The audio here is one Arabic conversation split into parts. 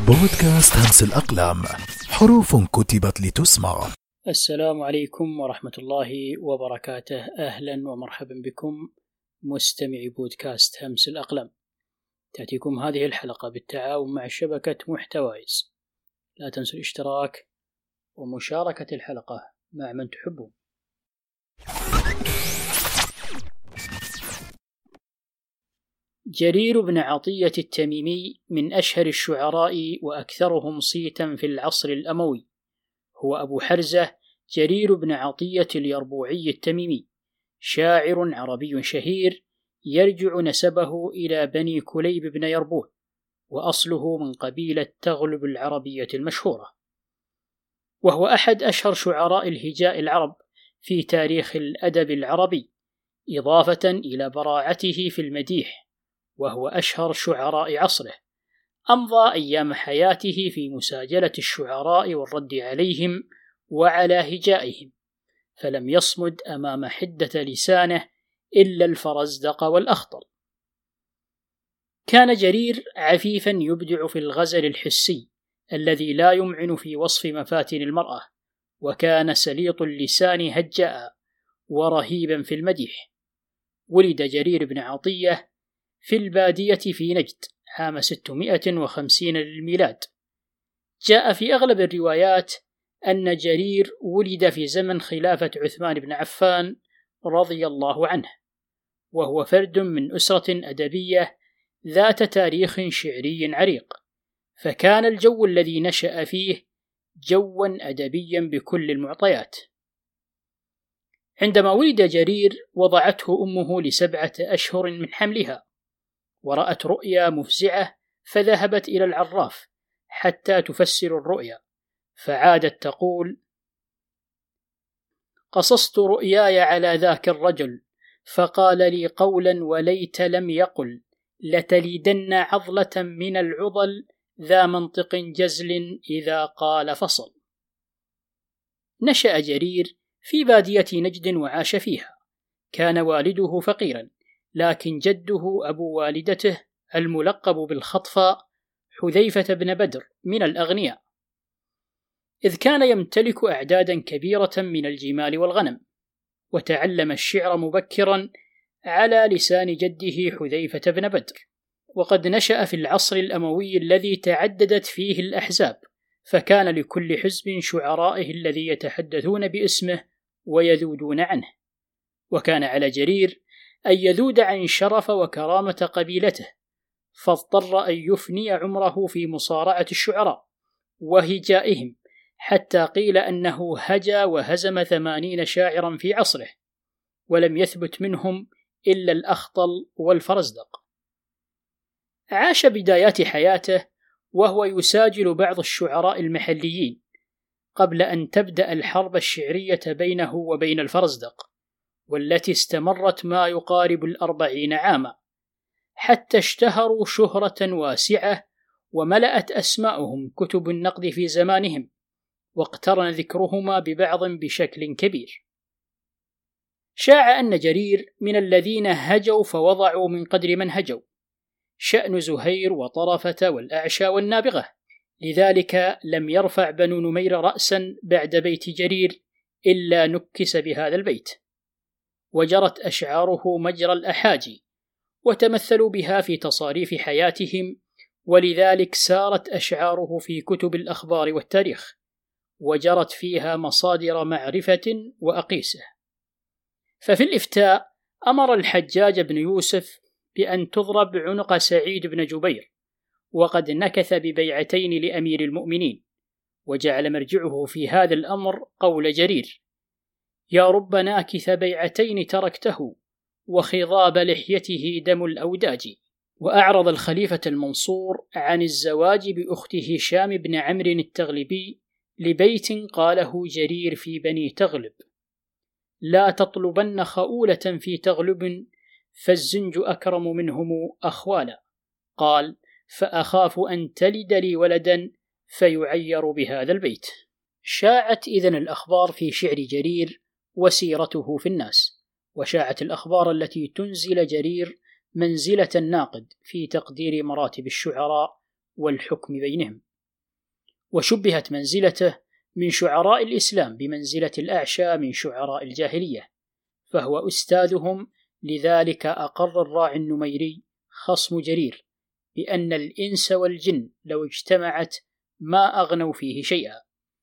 بودكاست همس الأقلام، حروف كتبت لتسمع. السلام عليكم ورحمة الله وبركاته. أهلا ومرحبا بكم مستمعي بودكاست همس الأقلام. تأتيكم هذه الحلقة بالتعاون مع شبكة محتوايز. لا تنسوا الاشتراك ومشاركة الحلقة مع من تحبون. جرير بن عطية التميمي من أشهر الشعراء وأكثرهم صيتا في العصر الأموي، هو أبو حرزة جرير بن عطية اليربوعي التميمي، شاعر عربي شهير يرجع نسبه إلى بني كليب بن يربوع، وأصله من قبيلة تغلب العربية المشهورة، وهو أحد أشهر شعراء الهجاء العرب في تاريخ الأدب العربي، إضافة إلى براعته في المديح، وهو أشهر شعراء عصره. أمضى أيام حياته في مساجلة الشعراء والرد عليهم وعلى هجائهم، فلم يصمد أمام حدة لسانه إلا الفرزدق والأخطل. كان جرير عفيفا يبدع في الغزل الحسي الذي لا يمعن في وصف مفاتن المرأة، وكان سليط اللسان هجاء ورهيبا في المديح. ولد جرير بن عطية في البادية في نجد عام 650 للميلاد. جاء في أغلب الروايات أن جرير ولد في زمن خلافة عثمان بن عفان رضي الله عنه، وهو فرد من أسرة أدبية ذات تاريخ شعري عريق، فكان الجو الذي نشأ فيه جوا أدبيا بكل المعطيات. عندما ولد جرير وضعته أمه ل7 أشهر من حملها، ورأت رؤيا مفزعة فذهبت إلى العراف حتى تفسر الرؤيا، فعادت تقول: قصصت رؤياي على ذاك الرجل فقال لي قولا وليت لم يقل، لتليدن عضلة من العضل ذا منطق جزل إذا قال فصل. نشأ جرير في بادية نجد وعاش فيها. كان والده فقيرا، لكن جده أبو والدته الملقب بالخطفاء حذيفة بن بدر من الأغنياء، إذ كان يمتلك أعدادا كبيرة من الجمال والغنم، وتعلم الشعر مبكرا على لسان جده حذيفة بن بدر. وقد نشأ في العصر الأموي الذي تعددت فيه الأحزاب، فكان لكل حزب شعرائه الذي يتحدثون باسمه ويذودون عنه، وكان على جرير أن يذود عن شرف وكرامة قبيلته، فاضطر أن يفني عمره في مصارعة الشعراء وهجائهم، حتى قيل أنه هجا وهزم 80 شاعرا في عصره، ولم يثبت منهم إلا الأخطل والفرزدق. عاش بدايات حياته وهو يساجل بعض الشعراء المحليين قبل أن تبدأ الحرب الشعرية بينه وبين الفرزدق، والتي استمرت ما يقارب 40 عاما، حتى اشتهروا شهرة واسعة وملأت أسماؤهم كتب النقد في زمانهم، واقترن ذكرهما ببعض بشكل كبير. شاع أن جرير من الذين هجوا فوضعوا من قدر من هجوا، شأن زهير وطرفة والأعشى والنابغة، لذلك لم يرفع بنو نمير رأسا بعد بيت جرير إلا نكس بهذا البيت، وجرت أشعاره مجرى الأحاجي، وتمثلوا بها في تصاريف حياتهم، ولذلك سارت أشعاره في كتب الأخبار والتاريخ، وجرت فيها مصادر معرفة وأقيسة. ففي الإفتاء أمر الحجاج بن يوسف بأن تضرب عنق سعيد بن جبير، وقد نكث ببيعتين لأمير المؤمنين، وجعل مرجعه في هذا الأمر قول جرير: يا رب ناكث بيعتين تركته، وخضاب لحيته دم الأوداج. وأعرض الخليفة المنصور عن الزواج بأخت هشام بن عمرو التغلبي لبيت قاله جرير في بني تغلب: لا تطلبن خؤولة في تغلب، فالزنج أكرم منهم أخوالا. قال: فأخاف أن تلد لي ولدا فيعير بهذا البيت. شاعت إذن الأخبار في شعر جرير وسيرته في الناس، وشاعت الأخبار التي تنزل جرير منزلة الناقد في تقدير مراتب الشعراء والحكم بينهم. وشبهت منزلته من شعراء الإسلام بمنزلة الأعشى من شعراء الجاهلية، فهو أستاذهم. لذلك أقر الراعي النميري خصم جرير بأن الإنس والجن لو اجتمعت ما أغنوا فيه شيئا.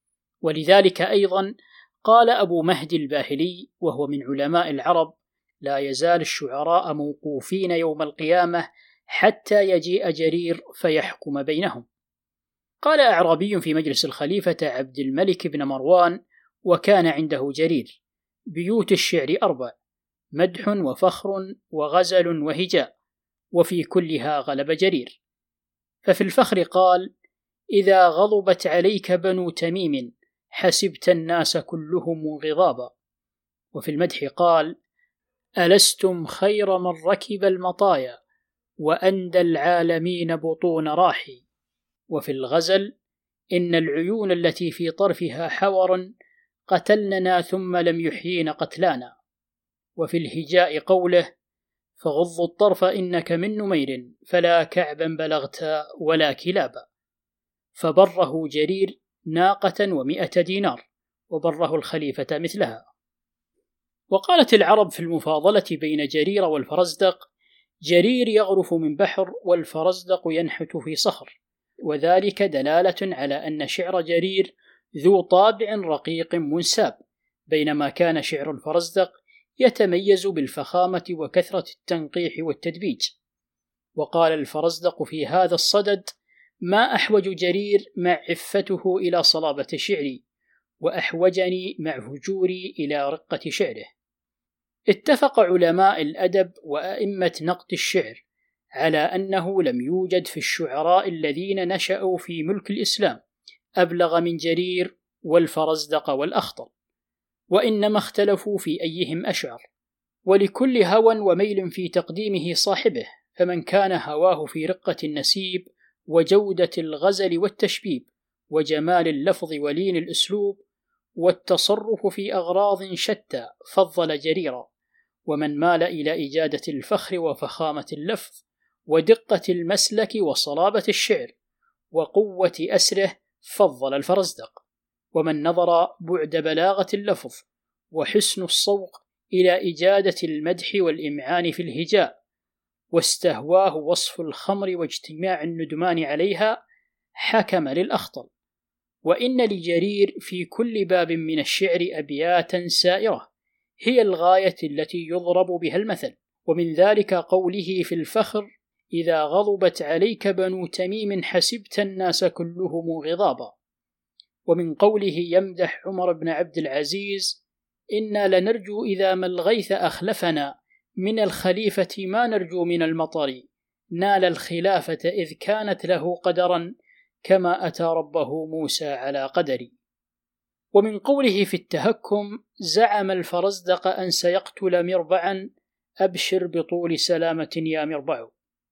ولذلك أيضا قال أبو مهدي الباهلي وهو من علماء العرب: لا يزال الشعراء موقوفين يوم القيامة حتى يجيء جرير فيحكم بينهم. قال أعرابي في مجلس الخليفة عبد الملك بن مروان وكان عنده جرير: بيوت الشعر 4: مدح وفخر وغزل وهجاء، وفي كلها غلب جرير. ففي الفخر قال: إذا غضبت عليك بنو تميم حسبت الناس كلهم غضابا. وفي المدح قال: ألستم خير من ركب المطايا وأندى العالمين بطون راحي. وفي الغزل: إن العيون التي في طرفها حور قتلننا ثم لم يحيين قتلانا. وفي الهجاء قوله: فغض الطرف إنك من نمير فلا كعبا بلغت ولا كلابا. فبره جرير 100 دينار وبره الخليفة مثلها. وقالت العرب في المفاضلة بين جرير والفرزدق: جرير يغرف من بحر والفرزدق ينحت في صخر، وذلك دلالة على أن شعر جرير ذو طابع رقيق منساب، بينما كان شعر الفرزدق يتميز بالفخامة وكثرة التنقيح والتدبيج. وقال الفرزدق في هذا الصدد: ما أحوج جرير مع عفته إلى صلابة شعري، وأحوجني مع فجوري إلى رقة شعره. اتفق علماء الأدب وأئمة نقد الشعر على أنه لم يوجد في الشعراء الذين نشأوا في ملك الإسلام أبلغ من جرير والفرزدق والأخطل، وإنما اختلفوا في أيهم أشعر، ولكل هوى وميل في تقديمه صاحبه، فمن كان هواه في رقة النسيب وجودة الغزل والتشبيب وجمال اللفظ ولين الأسلوب والتصرف في أغراض شتى فضل جريرا، ومن مال إلى إجادة الفخر وفخامة اللفظ ودقة المسلك وصلابة الشعر وقوة أسره فضل الفرزدق، ومن نظر بعد بلاغة اللفظ وحسن الصوق إلى إجادة المدح والإمعان في الهجاء واستهواه وصف الخمر واجتماع الندمان عليها حكم للأخطل. وإن لجرير في كل باب من الشعر أبياتا سائرة هي الغاية التي يضرب بها المثل، ومن ذلك قوله في الفخر: إذا غضبت عليك بنو تميم حسبت الناس كلهم غضابا. ومن قوله يمدح عمر بن عبد العزيز: إنا لنرجو إذا ما الغيث أخلفنا من الخليفة ما نرجو من المطر، نال الخلافة إذ كانت له قدرا كما أتى ربه موسى على قدري. ومن قوله في التهكم: زعم الفرزدق أن سيقتل مربعا أبشر بطول سلامة يا مربع.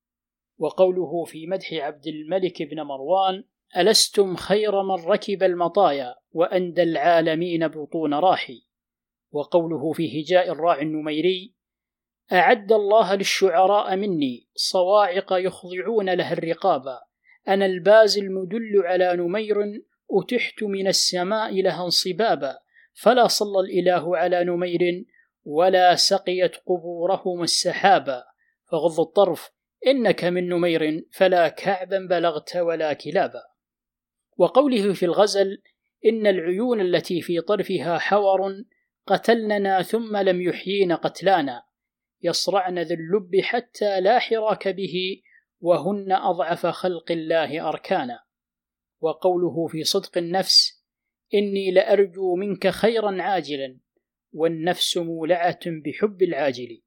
وقوله في مدح عبد الملك بن مروان: ألستم خير من ركب المطايا وأندى العالمين بطون راحي. وقوله في هجاء الراعي النميري: أعد الله للشعراء مني صواعق يخضعون لها الرقابا، أنا الباز المدل على نمير أتحت من السماء لها انصبابا، فلا صلى الإله على نمير ولا سقيت قبورهم السحابا، فغض الطرف إنك من نمير فلا كعبا بلغت ولا كلابا. وقوله في الغزل: إن العيون التي في طرفها حور قتلننا ثم لم يحيين قتلانا، يصرعن ذي اللب حتى لا حراك به وهن أضعف خلق الله أركانا. وقوله في صدق النفس: إني لأرجو منك خيرا عاجلا والنفس مولعة بحب العاجل.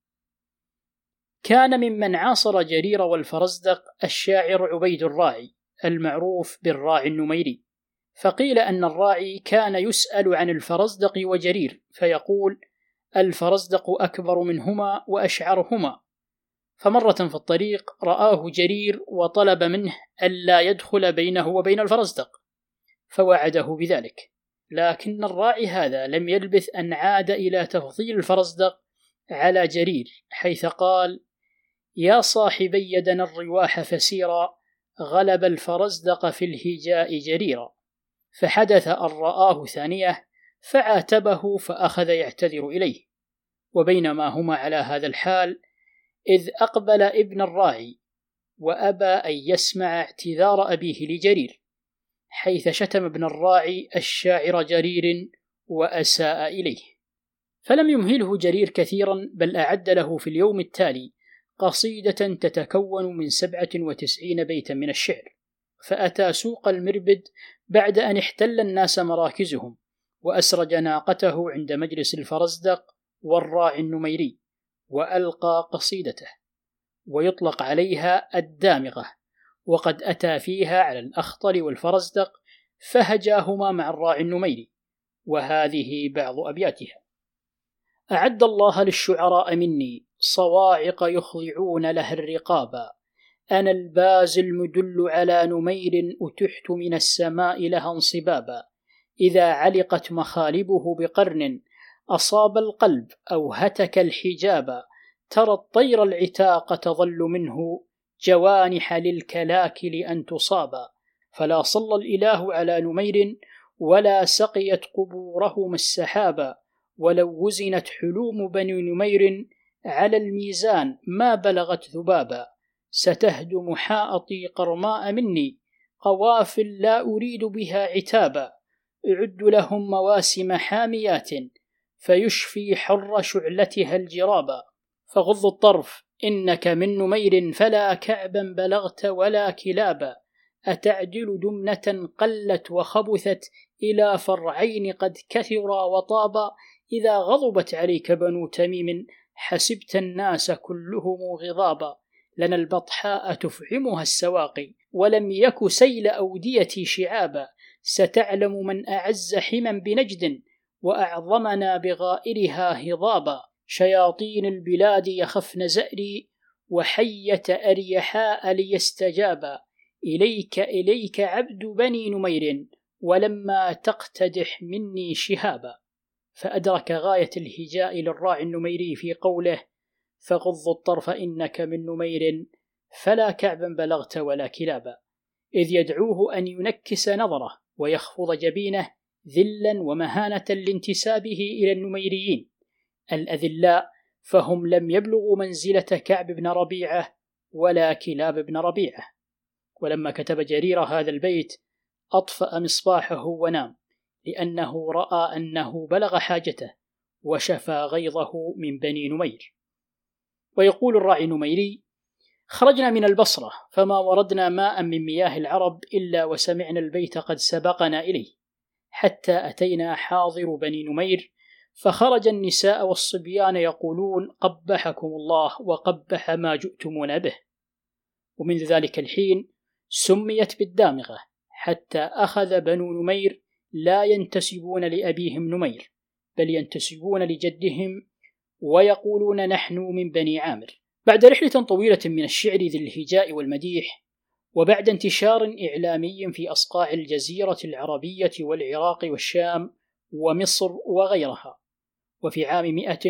كان ممن عاصر جرير والفرزدق الشاعر عبيد الراعي المعروف بالراعي النميري، فقيل أن الراعي كان يسأل عن الفرزدق وجرير فيقول: الفرزدق أكبر منهما وأشعرهما. فمرة في الطريق رآه جرير وطلب منه ألا يدخل بينه وبين الفرزدق، فوعده بذلك، لكن الراعي هذا لم يلبث أن عاد إلى تفضيل الفرزدق على جرير، حيث قال: يا صاحبي يدنا الرواح فسيرا غلب الفرزدق في الهجاء جريرا. فحدث أن رآه ثانية فعاتبه فأخذ يعتذر إليه. وبينما هما على هذا الحال إذ أقبل ابن الراعي وأبى أن يسمع اعتذار أبيه لجرير، حيث شتم ابن الراعي الشاعر جرير وأساء إليه. فلم يمهله جرير كثيرا، بل أعد له في اليوم التالي قصيدة تتكون من 97 بيتا من الشعر. فأتى سوق المربد بعد أن احتل الناس مراكزهم، وأسرج ناقته عند مجلس الفرزدق والراعي النميري، وألقى قصيدته، ويطلق عليها الدامغة، وقد أتى فيها على الأخطل والفرزدق فهجاهما مع الراعي النميري. وهذه بعض أبياتها: أعد الله للشعراء مني صواعق يخضعون لها الرقابا، أنا الباز المدل على نمير أتحت من السماء لها انصبابا، إذا علقت مخالبه بقرن أصاب القلب أو هتك الحجاب، ترى الطير العتاق تظل منه جوانح للكلاكل أن تصابا، فلا صلى الإله على نمير ولا سقيت قبورهم السحابا، ولو وزنت حلوم بني نمير على الميزان ما بلغت ذبابا، ستهدم حائطي قرماء مني قوافل لا أريد بها عتابا، أعد لهم مواسم حاميات فيشفي حر شعلتها الجرابا، فغض الطرف إنك من نمير فلا كعبا بلغت ولا كلابا، أتعدل دمنة قلت وخبثت إلى فرعين قد كثرا وطابا، إذا غضبت عليك بنو تميم حسبت الناس كلهم غضابا، لنا البطحاء تفعمها السواقي ولم يك سيل أوديتي شعابا، ستعلم من أعز حما بنجد وأعظمنا بغائرها هضابا، شياطين البلاد يخفن زأري وحية أريحاء ليستجابا، إليك عبد بني نمير ولما تقتدح مني شهابا. فأدرك غاية الهجاء للراعي النميري في قوله فغض الطرف إنك من نمير فلا كعبا بلغت ولا كلابا، إذ يدعوه أن ينكس نظره ويخفض جبينه ذلا ومهانة لانتسابه إلى النميريين الأذلاء، فهم لم يبلغوا منزلة كعب بن ربيعة ولا كلاب بن ربيعة. ولما كتب جرير هذا البيت أطفأ مصباحه ونام، لأنه رأى أنه بلغ حاجته وشفى غيظه من بني نمير. ويقول الراعي النميري: خرجنا من البصرة فما وردنا ماء من مياه العرب إلا وسمعنا البيت قد سبقنا إليه، حتى أتينا حاضر بني نمير، فخرج النساء والصبيان يقولون قبحكم الله وقبح ما جئتمون به. ومن ذلك الحين سميت بالدامغة، حتى أخذ بنو نمير لا ينتسبون لأبيهم نمير، بل ينتسبون لجدهم ويقولون نحن من بني عامر. بعد رحلة طويلة من الشعر ذي الهجاء والمديح، وبعد انتشار إعلامي في أصقاع الجزيرة العربية والعراق والشام ومصر وغيرها، وفي عام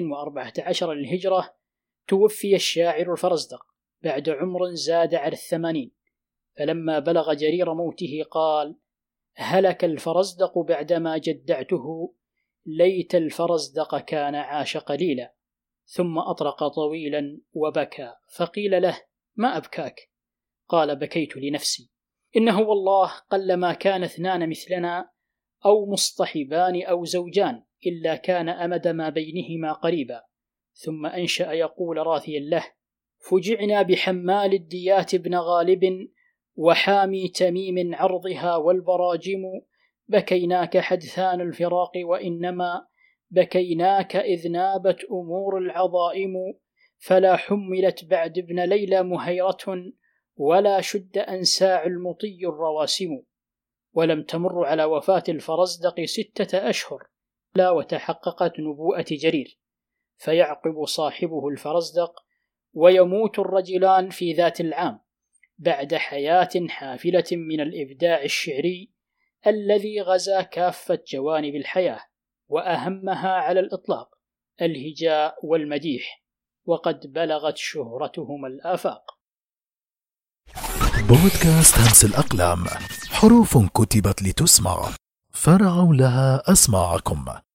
114 للهجرة توفي الشاعر الفرزدق بعد عمر زاد على 80. فلما بلغ جرير موته قال: هلك الفرزدق بعدما جدعته، ليت الفرزدق كان عاش قليلا. ثم أطرق طويلا وبكى، فقيل له: ما أبكاك؟ قال: بكيت لنفسي، إنه والله قلما كان اثنان مثلنا أو مصطحبان أو زوجان إلا كان أمد ما بينهما قريبا. ثم أنشأ يقول راثيا له: فجعنا بحمال الديات بن غالب وحامي تميم عرضها والبراجم، بكيناك حدثان الفراق وإنما بكيناك إذ نابت أمور العظائم، فلا حملت بعد ابن ليلى مهيرة ولا شد أنساع المطي الرواسم. ولم تمر على وفاة الفرزدق 6 أشهر لا وتحققت نبوءة جرير، فيعقب صاحبه الفرزدق ويموت الرجلان في ذات العام بعد حياة حافلة من الإبداع الشعري الذي غزا كافة جوانب الحياة وأهمها على الإطلاق الهجاء والمديح، وقد بلغت شهرتهما الآفاق. بودكاست همس الأقلام، حروف كتبت لتسمع. فرعوا لها أسماعكم.